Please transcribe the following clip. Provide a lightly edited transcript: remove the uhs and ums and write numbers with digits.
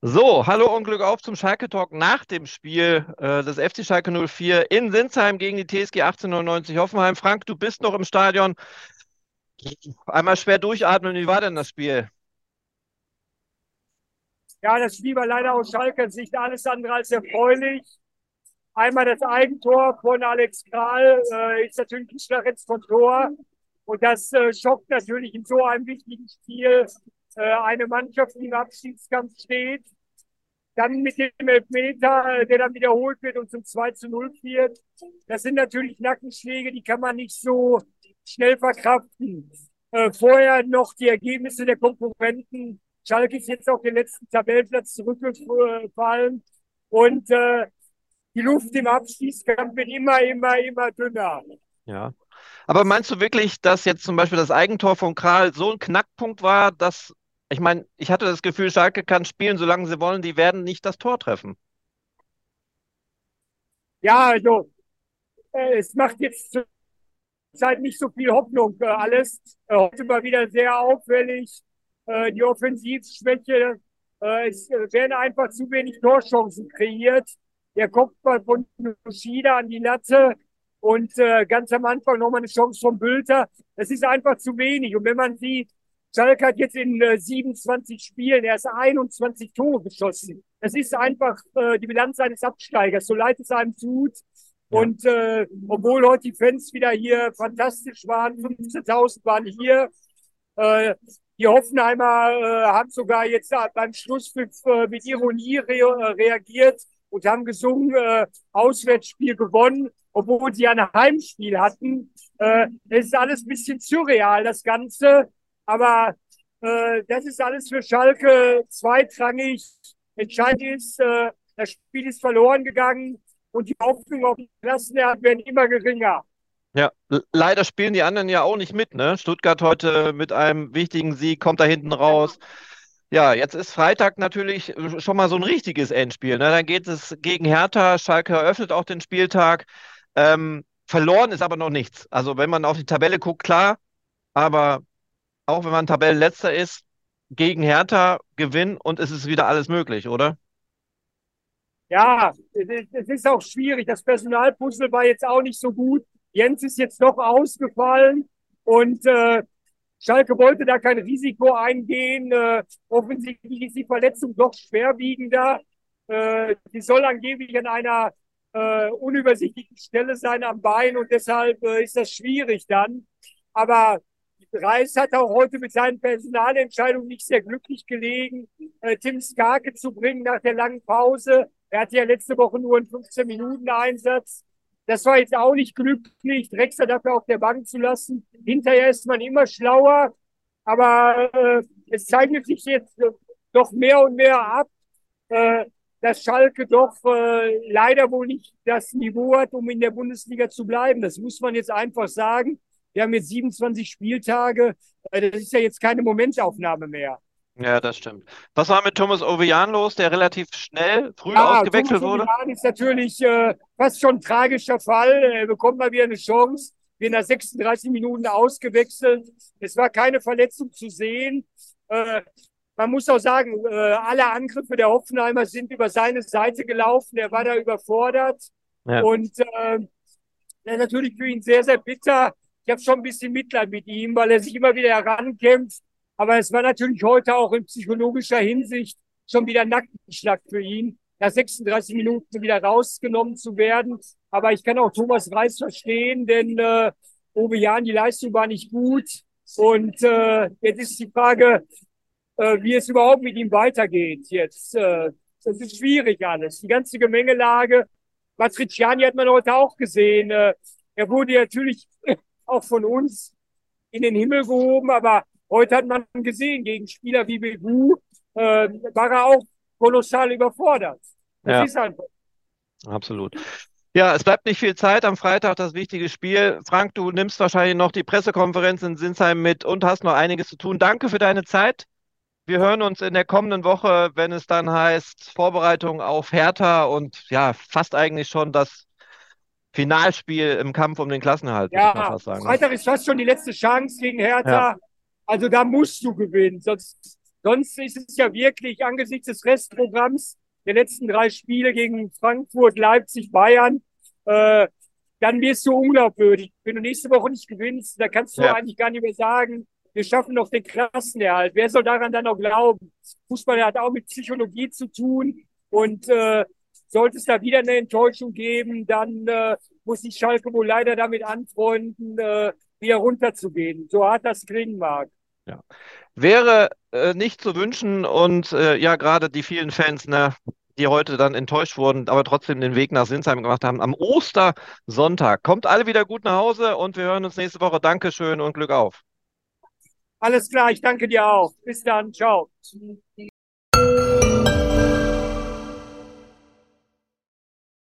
So, hallo und Glück auf zum Schalke Talk nach dem Spiel des FC Schalke 04 in Sinsheim gegen die TSG 1899 Hoffenheim. Frank, du bist noch im Stadion. Einmal schwer durchatmen. Wie war denn das Spiel? Ja, das Spiel war leider aus Schalker Sicht alles andere als erfreulich. Einmal das Eigentor von Alex Kral ist natürlich ein Schlag ins Tor. Und das schockt natürlich in so einem wichtigen Spiel eine Mannschaft, die im Abstiegskampf steht. Dann mit dem Elfmeter, der dann wiederholt wird und zum 2:0 führt. Das sind natürlich Nackenschläge, die kann man nicht so schnell verkraften. Vorher noch die Ergebnisse der Konkurrenten. Schalke ist jetzt auf den letzten Tabellenplatz zurückgefallen. Und die Luft im Abstiegskampf wird immer dünner. Ja. Aber meinst du wirklich, dass jetzt zum Beispiel das Eigentor von Kral so ein Knackpunkt war, dass, ich meine, ich hatte das Gefühl, Schalke kann spielen, solange sie wollen, die werden nicht das Tor treffen. Ja, also es macht jetzt zur Zeit nicht so viel Hoffnung alles. Heute war wieder sehr auffällig. Die Offensivschwäche. Es werden einfach zu wenig Torchancen kreiert. Der Kopfball von Yoshida an die Latte und ganz am Anfang nochmal eine Chance von Bülter. Das ist einfach zu wenig. Und wenn man sieht, Schalke hat jetzt in 27 Spielen erst 21 Tore geschossen. Das ist einfach die Bilanz eines Absteigers, so leid es einem tut. Ja. Und obwohl heute die Fans wieder hier fantastisch waren, 15.000 waren hier, äh, die Hoffenheimer haben sogar jetzt beim Schlusspfiff mit Ironie reagiert und haben gesungen, Auswärtsspiel gewonnen, obwohl sie ein Heimspiel hatten. Es ist alles ein bisschen surreal, das Ganze. Aber das ist alles für Schalke zweitrangig. Entscheidend ist, das Spiel ist verloren gegangen und die Hoffnung auf den Klassenerhalt werden immer geringer. Ja, leider spielen die anderen ja auch nicht mit, ne? Stuttgart heute mit einem wichtigen Sieg kommt da hinten raus. Ja, jetzt ist Freitag natürlich schon mal so ein richtiges Endspiel, ne? Dann geht es gegen Hertha. Schalke eröffnet auch den Spieltag. Verloren ist aber noch nichts. Also wenn man auf die Tabelle guckt, klar, aber auch wenn man Tabellenletzter ist, gegen Hertha gewinnen und es ist wieder alles möglich, oder? Ja, es ist auch schwierig. Das Personalpuzzle war jetzt auch nicht so gut. Jens ist jetzt doch ausgefallen und Schalke wollte da kein Risiko eingehen. Offensichtlich ist die Verletzung doch schwerwiegender. Die soll angeblich an einer unübersichtlichen Stelle sein am Bein und deshalb ist das schwierig dann. Aber Reis hat auch heute mit seinen Personalentscheidungen nicht sehr glücklich gelegen, Tim Skarke zu bringen nach der langen Pause. Er hatte ja letzte Woche nur einen 15-Minuten-Einsatz. Das war jetzt auch nicht glücklich, Drexler dafür auf der Bank zu lassen. Hinterher ist man immer schlauer, aber es zeichnet sich jetzt doch mehr und mehr ab, äh, dass Schalke doch leider wohl nicht das Niveau hat, um in der Bundesliga zu bleiben. Das muss man jetzt einfach sagen. Wir haben jetzt 27 Spieltage. Das ist ja jetzt keine Momentaufnahme mehr. Ja, das stimmt. Was war mit Thomas Ovejan los, der relativ schnell, früh Ja, Thomas ausgewechselt wurde? Obilan ist natürlich fast schon ein tragischer Fall. Er bekommt mal wieder eine Chance. Wird nach 36 Minuten ausgewechselt. Es war keine Verletzung zu sehen. Äh, Man muss auch sagen, alle Angriffe der Hoffenheimer sind über seine Seite gelaufen. Er war da überfordert. Ja. Und das ist natürlich für ihn sehr, sehr bitter. Ich habe schon ein bisschen Mitleid mit ihm, weil er sich immer wieder herankämpft. Aber es war natürlich heute auch in psychologischer Hinsicht schon wieder ein Nackenschlag für ihn, nach 36 Minuten wieder rausgenommen zu werden. Aber ich kann auch Thomas Reis verstehen, denn Obe Jan, die Leistung war nicht gut. Und jetzt ist die Frage, wie es überhaupt mit ihm weitergeht jetzt. Das ist schwierig alles. Die ganze Gemengelage. Matriciani hat man heute auch gesehen. Er wurde natürlich auch von uns in den Himmel gehoben, aber heute hat man gesehen, gegen Spieler wie Bebu war er auch kolossal überfordert. Das Ja, ist einfach. absolut. Ja, es bleibt nicht viel Zeit am Freitag, das wichtige Spiel. Frank, du nimmst wahrscheinlich noch die Pressekonferenz in Sinsheim mit und hast noch einiges zu tun. Danke für deine Zeit. Wir hören uns in der kommenden Woche, wenn es dann heißt Vorbereitung auf Hertha und ja, fast eigentlich schon das Finalspiel im Kampf um den Klassenerhalt, würde ich mal Ja, fast sagen. Ne? Freitag ist fast schon die letzte Chance gegen Ja, Hertha. Also da musst du gewinnen, sonst Sonst ist es ja wirklich angesichts des Restprogramms der letzten 3 Spiele gegen Frankfurt, Leipzig, Bayern, äh, dann wirst du unglaubwürdig. Wenn du nächste Woche nicht gewinnst, da kannst du Ja. eigentlich gar nicht mehr sagen, wir schaffen noch den Klassenerhalt. Wer soll daran dann noch glauben? Fußball hat auch mit Psychologie zu tun und sollte es da wieder eine Enttäuschung geben, dann muss sich Schalke wohl leider damit anfreunden, wieder runterzugehen. So hart das klingen mag. Ja. Wäre nicht zu wünschen und ja, gerade die vielen Fans, ne, die heute dann enttäuscht wurden, aber trotzdem den Weg nach Sinsheim gemacht haben, am Ostersonntag. Kommt alle wieder gut nach Hause und wir hören uns nächste Woche. Dankeschön und Glück auf. Alles klar, ich danke dir auch. Bis dann, ciao.